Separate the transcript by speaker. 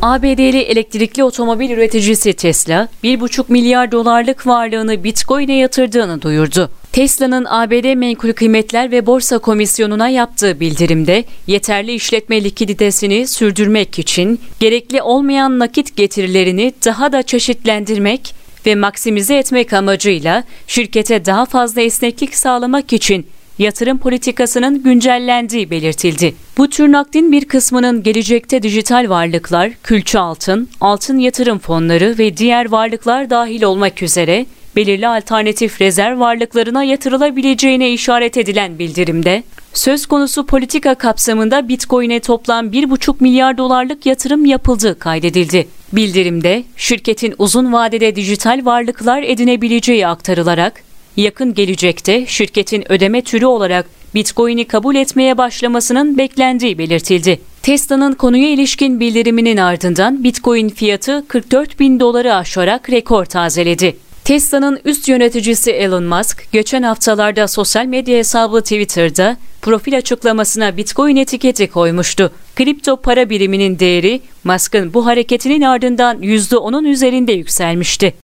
Speaker 1: ABD'li elektrikli otomobil üreticisi Tesla, 1,5 milyar dolarlık varlığını Bitcoin'e yatırdığını duyurdu. Tesla'nın ABD Menkul Kıymetler ve Borsa Komisyonu'na yaptığı bildirimde, yeterli işletme likiditesini sürdürmek için gerekli olmayan nakit getirilerini daha da çeşitlendirmek ve maksimize etmek amacıyla şirkete daha fazla esneklik sağlamak için yatırım politikasının güncellendiği belirtildi. Bu tür nakdin bir kısmının gelecekte dijital varlıklar, külçe altın, altın yatırım fonları ve diğer varlıklar dahil olmak üzere belirli alternatif rezerv varlıklarına yatırılabileceğine işaret edilen bildirimde, söz konusu politika kapsamında Bitcoin'e toplam 1,5 milyar dolarlık yatırım yapıldığı kaydedildi. Bildirimde, şirketin uzun vadede dijital varlıklar edinebileceği aktarılarak, yakın gelecekte şirketin ödeme türü olarak Bitcoin'i kabul etmeye başlamasının beklendiği belirtildi. Tesla'nın konuya ilişkin bildiriminin ardından Bitcoin fiyatı 44 bin doları aşarak rekor tazeledi. Tesla'nın üst yöneticisi Elon Musk, geçen haftalarda sosyal medya hesabı Twitter'da profil açıklamasına Bitcoin etiketi koymuştu. Kripto para biriminin değeri Musk'ın bu hareketinin ardından %10'un üzerinde yükselmişti.